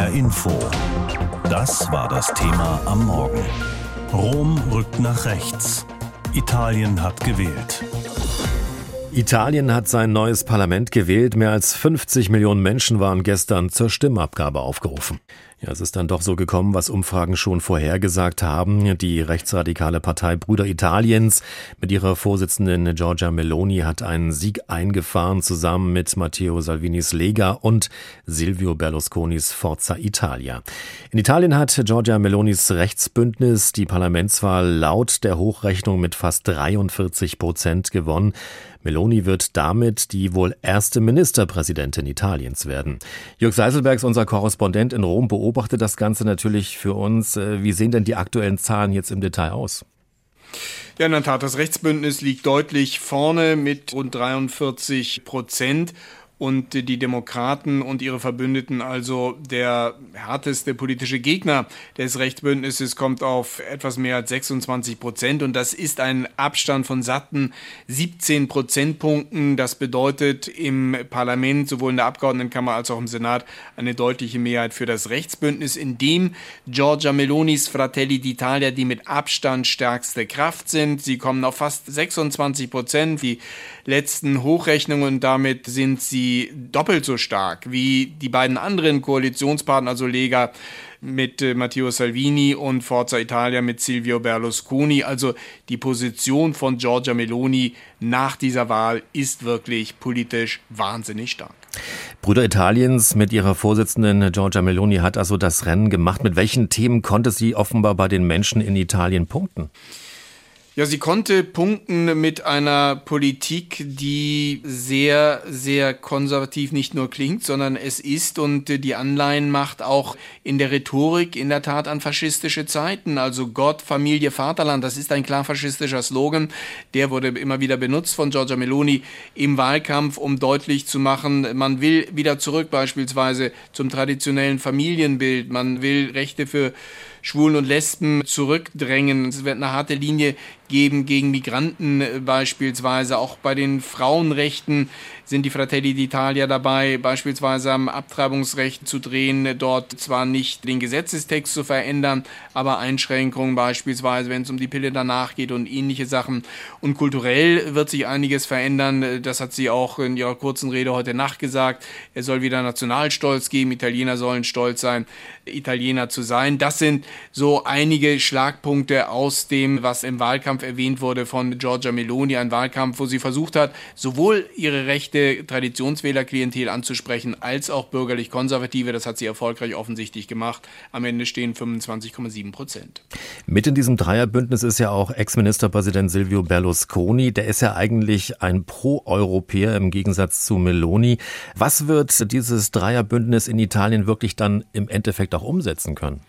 HR Info. Das war das Thema am Morgen. Rom rückt nach rechts. Italien hat gewählt. Italien hat sein neues Parlament gewählt. Mehr als 50 Millionen Menschen waren gestern zur Stimmabgabe aufgerufen. Ja, es ist dann doch so gekommen, was Umfragen schon vorhergesagt haben. Die rechtsradikale Partei Brüder Italiens mit ihrer Vorsitzenden Giorgia Meloni hat einen Sieg eingefahren, zusammen mit Matteo Salvinis Lega und Silvio Berlusconis Forza Italia. In Italien hat Giorgia Melonis Rechtsbündnis die Parlamentswahl laut der Hochrechnung mit fast 43% gewonnen. Meloni wird damit die wohl erste Ministerpräsidentin Italiens werden. Jörg Seiselberg, unser Korrespondent in Rom, beobachtet das Ganze natürlich für uns. Wie sehen denn die aktuellen Zahlen jetzt im Detail aus? Ja, in der Tat, das Rechtsbündnis liegt deutlich vorne mit rund 43%. Und die Demokraten und ihre Verbündeten, also der härteste politische Gegner des Rechtsbündnisses, kommt auf etwas mehr als 26%. Und das ist ein Abstand von satten 17 Prozentpunkten. Das bedeutet im Parlament, sowohl in der Abgeordnetenkammer als auch im Senat, eine deutliche Mehrheit für das Rechtsbündnis, in dem Giorgia Melonis Fratelli d'Italia die mit Abstand stärkste Kraft sind. Sie kommen auf fast 26%. Die letzten Hochrechnungen, und damit sind sie doppelt so stark wie die beiden anderen Koalitionspartner, also Lega mit Matteo Salvini und Forza Italia mit Silvio Berlusconi. Also die Position von Giorgia Meloni nach dieser Wahl ist wirklich politisch wahnsinnig stark. Brüder Italiens mit ihrer Vorsitzenden Giorgia Meloni hat also das Rennen gemacht. Mit welchen Themen konnte sie offenbar bei den Menschen in Italien punkten? Ja, sie konnte punkten mit einer Politik, die sehr, sehr konservativ nicht nur klingt, sondern es ist und die Anleihen macht auch in der Rhetorik in der Tat an faschistische Zeiten. Also Gott, Familie, Vaterland, das ist ein klar faschistischer Slogan. Der wurde immer wieder benutzt von Giorgia Meloni im Wahlkampf, um deutlich zu machen, man will wieder zurück beispielsweise zum traditionellen Familienbild. Man will Rechte für Schwulen und Lesben zurückdrängen. Es wird eine harte Linie geben gegen Migranten beispielsweise. Auch bei den Frauenrechten sind die Fratelli d'Italia dabei, beispielsweise am Abtreibungsrecht zu drehen, dort zwar nicht den Gesetzestext zu verändern, aber Einschränkungen beispielsweise, wenn es um die Pille danach geht und ähnliche Sachen. Und kulturell wird sich einiges verändern. Das hat sie auch in ihrer kurzen Rede heute Nacht gesagt. Es soll wieder Nationalstolz geben. Italiener sollen stolz sein, Italiener zu sein. Das sind so einige Schlagpunkte aus dem, was im Wahlkampf erwähnt wurde von Giorgia Meloni. Ein Wahlkampf, wo sie versucht hat, sowohl ihre rechte Traditionswählerklientel anzusprechen, als auch bürgerlich-konservative. Das hat sie erfolgreich offensichtlich gemacht. Am Ende stehen 25,7%. Mit in diesem Dreierbündnis ist ja auch Ex-Ministerpräsident Silvio Berlusconi. Der ist ja eigentlich ein Pro-Europäer im Gegensatz zu Meloni. Was wird dieses Dreierbündnis in Italien wirklich dann im Endeffekt auch umsetzen können?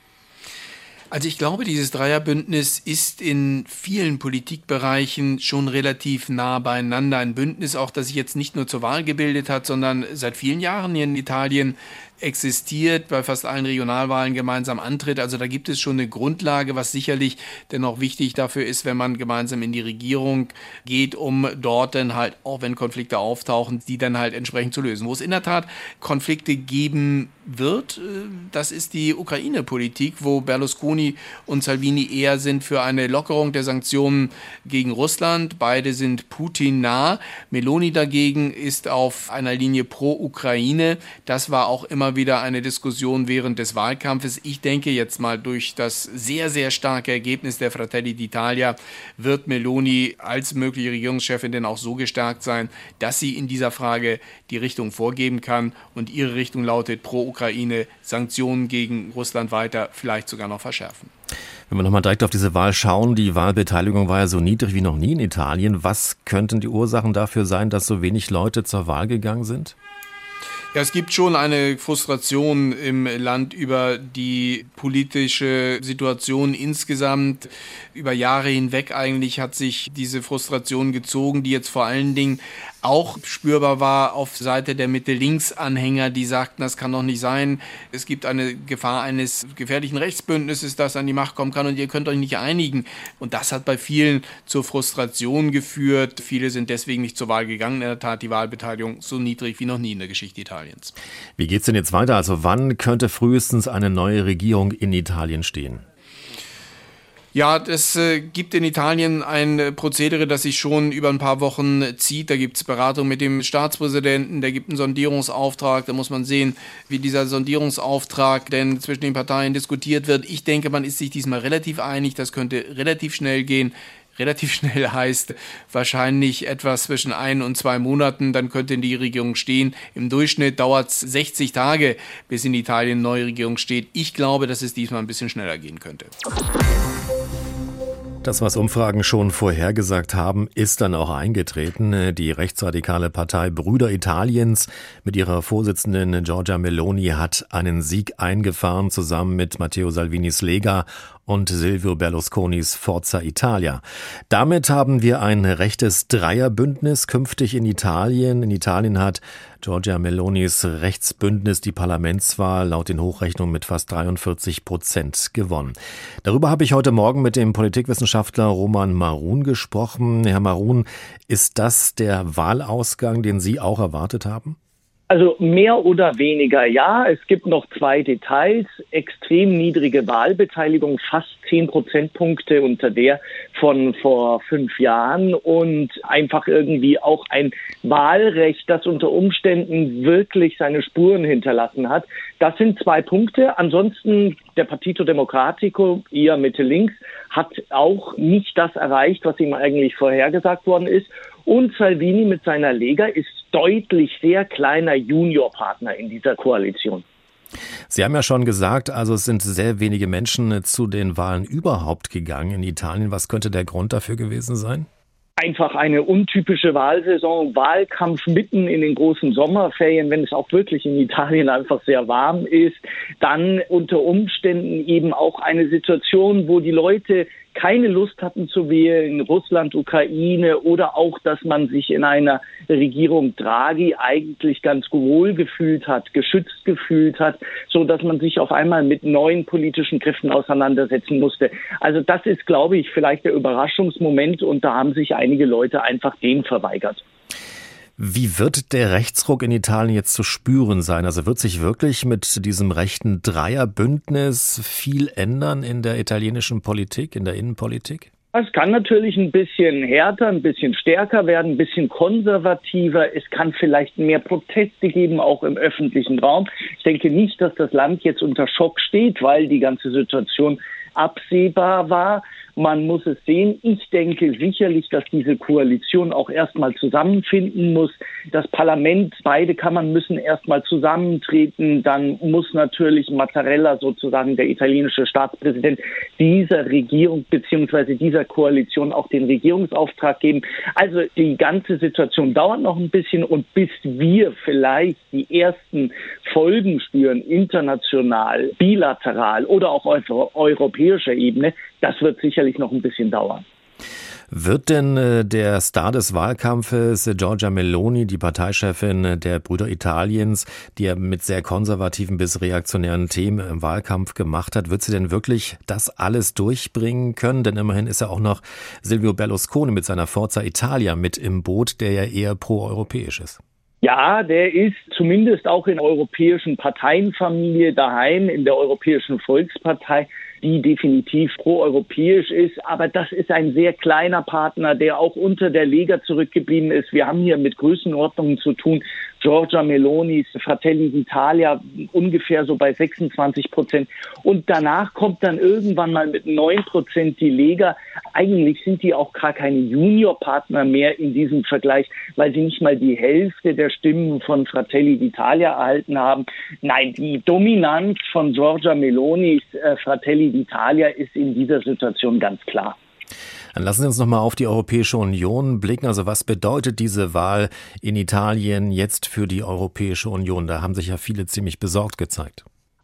Also ich glaube, dieses Dreierbündnis ist in vielen Politikbereichen schon relativ nah beieinander. Ein Bündnis auch, das sich jetzt nicht nur zur Wahl gebildet hat, sondern seit vielen Jahren hier in Italien existiert, bei fast allen Regionalwahlen gemeinsam antritt. Also da gibt es schon eine Grundlage, was sicherlich dennoch wichtig dafür ist, wenn man gemeinsam in die Regierung geht, um dort dann halt, auch wenn Konflikte auftauchen, die dann halt entsprechend zu lösen. Wo es in der Tat Konflikte geben wird, das ist die Ukraine-Politik, wo Berlusconi und Salvini eher sind für eine Lockerung der Sanktionen gegen Russland. Beide sind Putin nah. Meloni dagegen ist auf einer Linie pro Ukraine. Das war auch immer wieder eine Diskussion während des Wahlkampfes. Ich denke jetzt mal, durch das sehr, sehr starke Ergebnis der Fratelli d'Italia wird Meloni als mögliche Regierungschefin denn auch so gestärkt sein, dass sie in dieser Frage die Richtung vorgeben kann. Und ihre Richtung lautet pro Ukraine, Sanktionen gegen Russland weiter, vielleicht sogar noch verschärfen. Wenn wir nochmal direkt auf diese Wahl schauen, die Wahlbeteiligung war ja so niedrig wie noch nie in Italien. Was könnten die Ursachen dafür sein, dass so wenig Leute zur Wahl gegangen sind? Ja, es gibt schon eine Frustration im Land über die politische Situation insgesamt. Über Jahre hinweg eigentlich hat sich diese Frustration gezogen, die jetzt vor allen Dingen auch spürbar war auf Seite der Mitte-Links-Anhänger, die sagten, das kann doch nicht sein. Es gibt eine Gefahr eines gefährlichen Rechtsbündnisses, das an die Macht kommen kann und ihr könnt euch nicht einigen. Und das hat bei vielen zur Frustration geführt. Viele sind deswegen nicht zur Wahl gegangen. In der Tat die Wahlbeteiligung so niedrig wie noch nie in der Geschichte Italiens. Wie geht's denn jetzt weiter? Also wann könnte frühestens eine neue Regierung in Italien stehen? Ja, es gibt in Italien ein Prozedere, das sich schon über ein paar Wochen zieht. Da gibt es Beratung mit dem Staatspräsidenten, der gibt einen Sondierungsauftrag. Da muss man sehen, wie dieser Sondierungsauftrag denn zwischen den Parteien diskutiert wird. Ich denke, man ist sich diesmal relativ einig. Das könnte relativ schnell gehen. Relativ schnell heißt wahrscheinlich etwas zwischen 1 und 2 Monaten, dann könnte die Regierung stehen. Im Durchschnitt dauert es 60 Tage, bis in Italien eine neue Regierung steht. Ich glaube, dass es diesmal ein bisschen schneller gehen könnte. Das, was Umfragen schon vorhergesagt haben, ist dann auch eingetreten. Die rechtsradikale Partei Brüder Italiens mit ihrer Vorsitzenden Giorgia Meloni hat einen Sieg eingefahren, zusammen mit Matteo Salvinis Lega und Silvio Berlusconis Forza Italia. Damit haben wir ein rechtes Dreierbündnis künftig in Italien. In Italien hat Giorgia Melonis Rechtsbündnis die Parlamentswahl laut den Hochrechnungen mit fast 43% gewonnen. Darüber habe ich heute Morgen mit dem Politikwissenschaftler Roman Marun gesprochen. Herr Marun, ist das der Wahlausgang, den Sie auch erwartet haben? Also mehr oder weniger ja. Es gibt noch 2 Details. Extrem niedrige Wahlbeteiligung, fast 10 Prozentpunkte unter der von vor 5 Jahren und einfach irgendwie auch ein Wahlrecht, das unter Umständen wirklich seine Spuren hinterlassen hat. Das sind 2 Punkte. Ansonsten der Partito Democratico, eher Mitte-Links, hat auch nicht das erreicht, was ihm eigentlich vorhergesagt worden ist. Und Salvini mit seiner Lega ist deutlich sehr kleiner Juniorpartner in dieser Koalition. Sie haben ja schon gesagt, also es sind sehr wenige Menschen zu den Wahlen überhaupt gegangen in Italien. Was könnte der Grund dafür gewesen sein? Einfach eine untypische Wahlsaison, Wahlkampf mitten in den großen Sommerferien, wenn es auch wirklich in Italien einfach sehr warm ist. Dann unter Umständen eben auch eine Situation, wo die Leute keine Lust hatten zu wählen, Russland, Ukraine, oder auch, dass man sich in einer Regierung Draghi eigentlich ganz wohl gefühlt hat, geschützt gefühlt hat, so dass man sich auf einmal mit neuen politischen Kräften auseinandersetzen musste. Also das ist, glaube ich, vielleicht der Überraschungsmoment, und da haben sich einige Leute einfach dem verweigert. Wie wird der Rechtsruck in Italien jetzt zu spüren sein? Also wird sich wirklich mit diesem rechten Dreierbündnis viel ändern in der italienischen Politik, in der Innenpolitik? Es kann natürlich ein bisschen härter, ein bisschen stärker werden, ein bisschen konservativer. Es kann vielleicht mehr Proteste geben, auch im öffentlichen Raum. Ich denke nicht, dass das Land jetzt unter Schock steht, weil die ganze Situation absehbar war. Man muss es sehen. Ich denke sicherlich, dass diese Koalition auch erstmal zusammenfinden muss. Das Parlament, beide Kammern müssen erstmal zusammentreten. Dann muss natürlich Mattarella, sozusagen der italienische Staatspräsident, dieser Regierung bzw. dieser Koalition auch den Regierungsauftrag geben. Also die ganze Situation dauert noch ein bisschen, und bis wir vielleicht die ersten Folgen spüren, international, bilateral oder auch auf europäischer Ebene, das wird sicherlich noch ein bisschen dauern. Wird denn der Star des Wahlkampfes, Giorgia Meloni, die Parteichefin der Brüder Italiens, die er mit sehr konservativen bis reaktionären Themen im Wahlkampf gemacht hat, wird sie denn wirklich das alles durchbringen können? Denn immerhin ist ja auch noch Silvio Berlusconi mit seiner Forza Italia mit im Boot, der ja eher pro-europäisch ist. Ja, der ist zumindest auch in der europäischen Parteienfamilie daheim, in der Europäischen Volkspartei, die definitiv pro-europäisch ist. Aber das ist ein sehr kleiner Partner, der auch unter der Lega zurückgeblieben ist. Wir haben hier mit Größenordnungen zu tun. Giorgia Melonis Fratelli d'Italia ungefähr so bei 26%. Und danach kommt dann irgendwann mal mit 9% die Lega. Eigentlich sind die auch gar keine Juniorpartner mehr in diesem Vergleich, weil sie nicht mal die Hälfte der Stimmen von Fratelli d'Italia erhalten haben. Nein, die Dominanz von Giorgia Melonis Fratelli d'Italia ist in dieser Situation ganz klar. Dann lassen Sie uns nochmal auf die Europäische Union blicken. Also was bedeutet diese Wahl in Italien jetzt für die Europäische Union? Da haben sich ja viele ziemlich besorgt gezeigt.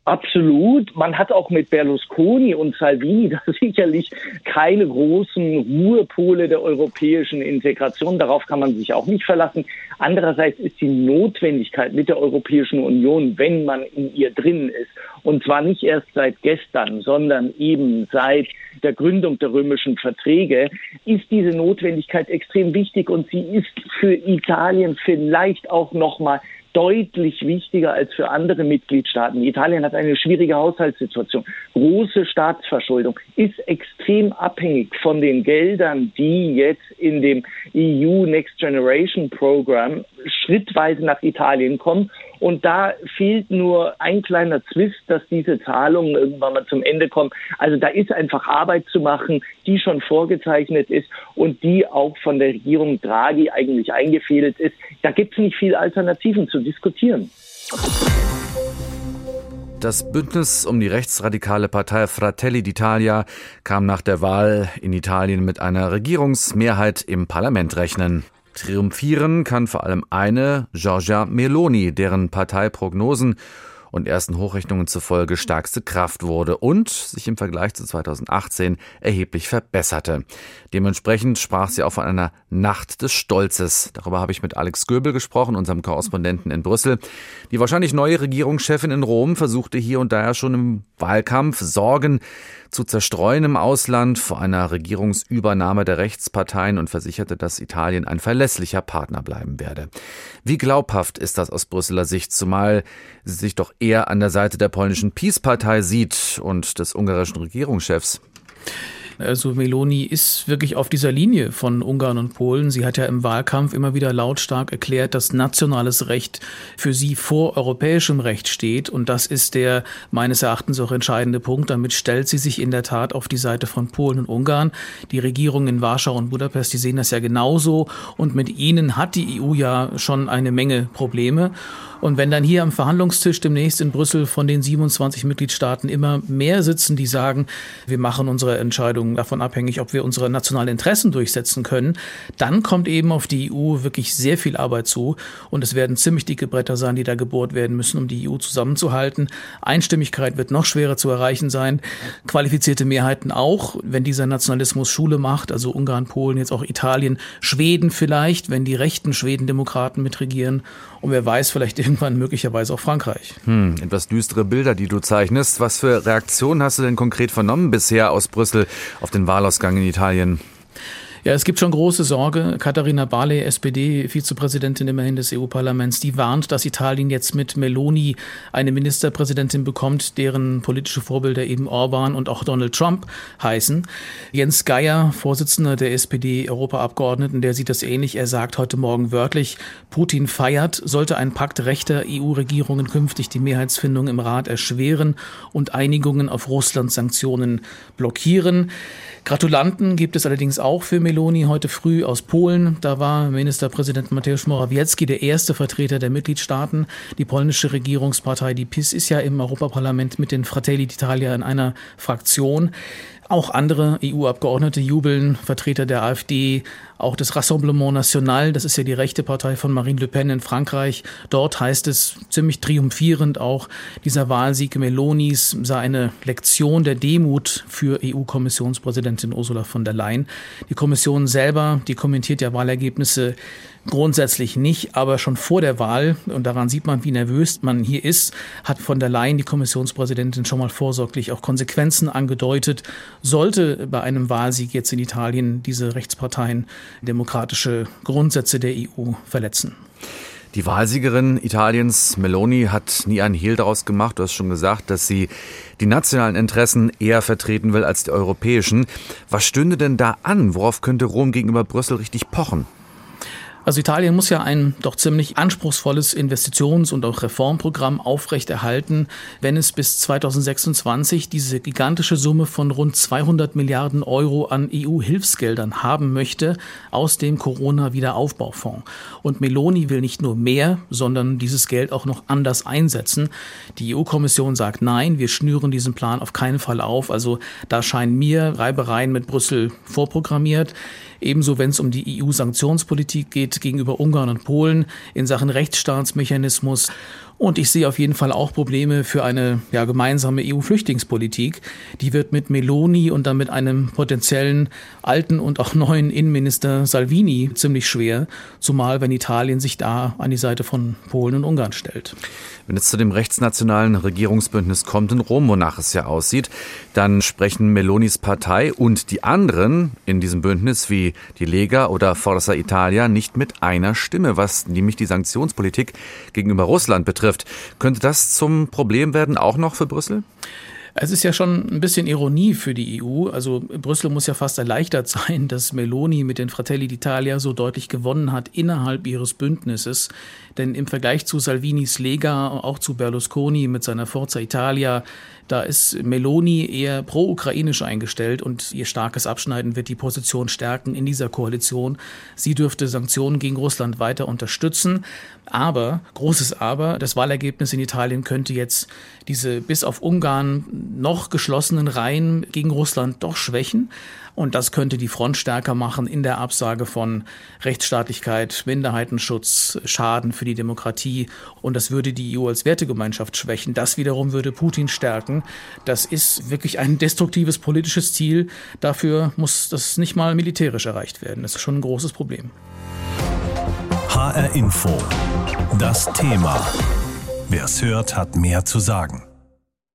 Absolut. Man hat auch mit Berlusconi und Salvini da sicherlich keine großen Ruhepole der europäischen Integration. Darauf kann man sich auch nicht verlassen. Andererseits ist die Notwendigkeit mit der Europäischen Union, wenn man in ihr drin ist, und zwar nicht erst seit gestern, sondern eben seit der Gründung der römischen Verträge, ist diese Notwendigkeit extrem wichtig, und sie ist für Italien vielleicht auch nochmal deutlich wichtiger als für andere Mitgliedstaaten. Italien hat eine schwierige Haushaltssituation, große Staatsverschuldung, ist extrem abhängig von den Geldern, die jetzt in dem EU Next Generation Program schrittweise nach Italien kommen. Und da fehlt nur ein kleiner Zwist, dass diese Zahlungen irgendwann mal zum Ende kommen. Also da ist einfach Arbeit zu machen, die schon vorgezeichnet ist und die auch von der Regierung Draghi eigentlich eingefädelt ist. Da gibt es nicht viel Alternativen zu diskutieren. Das Bündnis um die rechtsradikale Partei Fratelli d'Italia kam nach der Wahl in Italien mit einer Regierungsmehrheit im Parlament rechnen. Triumphieren kann vor allem eine, Giorgia Meloni, deren Parteiprognosen und ersten Hochrechnungen zufolge stärkste Kraft wurde und sich im Vergleich zu 2018 erheblich verbesserte. Dementsprechend sprach sie auch von einer Nacht des Stolzes. Darüber habe ich mit Alex Göbel gesprochen, unserem Korrespondenten in Brüssel. Die wahrscheinlich neue Regierungschefin in Rom versuchte hier und da ja schon im Wahlkampf Sorgen zu zerstreuen im Ausland vor einer Regierungsübernahme der Rechtsparteien und versicherte, dass Italien ein verlässlicher Partner bleiben werde. Wie glaubhaft ist das aus Brüsseler Sicht, zumal sie sich doch eher an der Seite der polnischen PiS-Partei sieht und des ungarischen Regierungschefs? Also Meloni ist wirklich auf dieser Linie von Ungarn und Polen. Sie hat ja im Wahlkampf immer wieder lautstark erklärt, dass nationales Recht für sie vor europäischem Recht steht. Und das ist der meines Erachtens auch entscheidende Punkt. Damit stellt sie sich in der Tat auf die Seite von Polen und Ungarn. Die Regierungen in Warschau und Budapest, die sehen das ja genauso. Und mit ihnen hat die EU ja schon eine Menge Probleme. Und wenn dann hier am Verhandlungstisch demnächst in Brüssel von den 27 Mitgliedstaaten immer mehr sitzen, die sagen, wir machen unsere Entscheidungen davon abhängig, ob wir unsere nationalen Interessen durchsetzen können, dann kommt eben auf die EU wirklich sehr viel Arbeit zu. Und es werden ziemlich dicke Bretter sein, die da gebohrt werden müssen, um die EU zusammenzuhalten. Einstimmigkeit wird noch schwerer zu erreichen sein. Qualifizierte Mehrheiten auch, wenn dieser Nationalismus Schule macht, also Ungarn, Polen, jetzt auch Italien, Schweden vielleicht, wenn die rechten Schwedendemokraten mitregieren. Und wer weiß, vielleicht irgendwann möglicherweise auch Frankreich. Etwas düstere Bilder, die du zeichnest. Was für Reaktionen hast du denn konkret vernommen bisher aus Brüssel auf den Wahlausgang in Italien? Ja, es gibt schon große Sorge. Katharina Barley, SPD, Vizepräsidentin immerhin des EU-Parlaments, die warnt, dass Italien jetzt mit Meloni eine Ministerpräsidentin bekommt, deren politische Vorbilder eben Orban und auch Donald Trump heißen. Jens Geier, Vorsitzender der SPD-Europaabgeordneten, der sieht das ähnlich. Er sagt heute Morgen wörtlich, Putin feiert, sollte ein Pakt rechter EU-Regierungen künftig die Mehrheitsfindung im Rat erschweren und Einigungen auf Russland-Sanktionen blockieren. Gratulanten gibt es allerdings auch für Meloni heute früh aus Polen. Da war Ministerpräsident Mateusz Morawiecki der erste Vertreter der Mitgliedstaaten. Die polnische Regierungspartei, die PiS, ist ja im Europaparlament mit den Fratelli d'Italia in einer Fraktion. Auch andere EU-Abgeordnete jubeln, Vertreter der AfD, auch das Rassemblement National, das ist ja die rechte Partei von Marine Le Pen in Frankreich. Dort heißt es ziemlich triumphierend auch, dieser Wahlsieg Melonis sei eine Lektion der Demut für EU-Kommissionspräsidentin Ursula von der Leyen. Die Kommission selber, die kommentiert ja Wahlergebnisse grundsätzlich nicht, aber schon vor der Wahl, und daran sieht man, wie nervös man hier ist, hat von der Leyen, die Kommissionspräsidentin, schon mal vorsorglich auch Konsequenzen angedeutet. Sollte bei einem Wahlsieg jetzt in Italien diese Rechtsparteien demokratische Grundsätze der EU verletzen. Die Wahlsiegerin Italiens, Meloni, hat nie einen Hehl daraus gemacht. Du hast schon gesagt, dass sie die nationalen Interessen eher vertreten will als die europäischen. Was stünde denn da an? Worauf könnte Rom gegenüber Brüssel richtig pochen? Also Italien muss ja ein doch ziemlich anspruchsvolles Investitions- und auch Reformprogramm aufrechterhalten, wenn es bis 2026 diese gigantische Summe von rund 200 Milliarden Euro an EU-Hilfsgeldern haben möchte aus dem Corona-Wiederaufbaufonds. Und Meloni will nicht nur mehr, sondern dieses Geld auch noch anders einsetzen. Die EU-Kommission sagt nein, wir schnüren diesen Plan auf keinen Fall auf. Also da scheinen mir Reibereien mit Brüssel vorprogrammiert. Ebenso, wenn es um die EU-Sanktionspolitik geht gegenüber Ungarn und Polen in Sachen Rechtsstaatsmechanismus. Und ich sehe auf jeden Fall auch Probleme für eine gemeinsame EU-Flüchtlingspolitik. Die wird mit Meloni und dann mit einem potenziellen alten und auch neuen Innenminister Salvini ziemlich schwer, zumal wenn Italien sich da an die Seite von Polen und Ungarn stellt. Wenn es zu dem rechtsnationalen Regierungsbündnis kommt in Rom, wonach es ja aussieht, dann sprechen Melonis Partei und die anderen in diesem Bündnis wie die Lega oder Forza Italia nicht mit einer Stimme, was nämlich die Sanktionspolitik gegenüber Russland betrifft. Könnte das zum Problem werden, auch noch für Brüssel? Es ist ja schon ein bisschen Ironie für die EU. Also Brüssel muss ja fast erleichtert sein, dass Meloni mit den Fratelli d'Italia so deutlich gewonnen hat innerhalb ihres Bündnisses. Denn im Vergleich zu Salvinis Lega, auch zu Berlusconi mit seiner Forza Italia, da ist Meloni eher pro-ukrainisch eingestellt und ihr starkes Abschneiden wird die Position stärken in dieser Koalition. Sie dürfte Sanktionen gegen Russland weiter unterstützen. Aber, großes Aber, das Wahlergebnis in Italien könnte jetzt diese bis auf Ungarn noch geschlossenen Reihen gegen Russland doch schwächen. Und das könnte die Front stärker machen in der Absage von Rechtsstaatlichkeit, Minderheitenschutz, Schaden für die Demokratie. Und das würde die EU als Wertegemeinschaft schwächen. Das wiederum würde Putin stärken. Das ist wirklich ein destruktives politisches Ziel. Dafür muss das nicht mal militärisch erreicht werden. Das ist schon ein großes Problem. HR Info. Das Thema. Wer es hört, hat mehr zu sagen.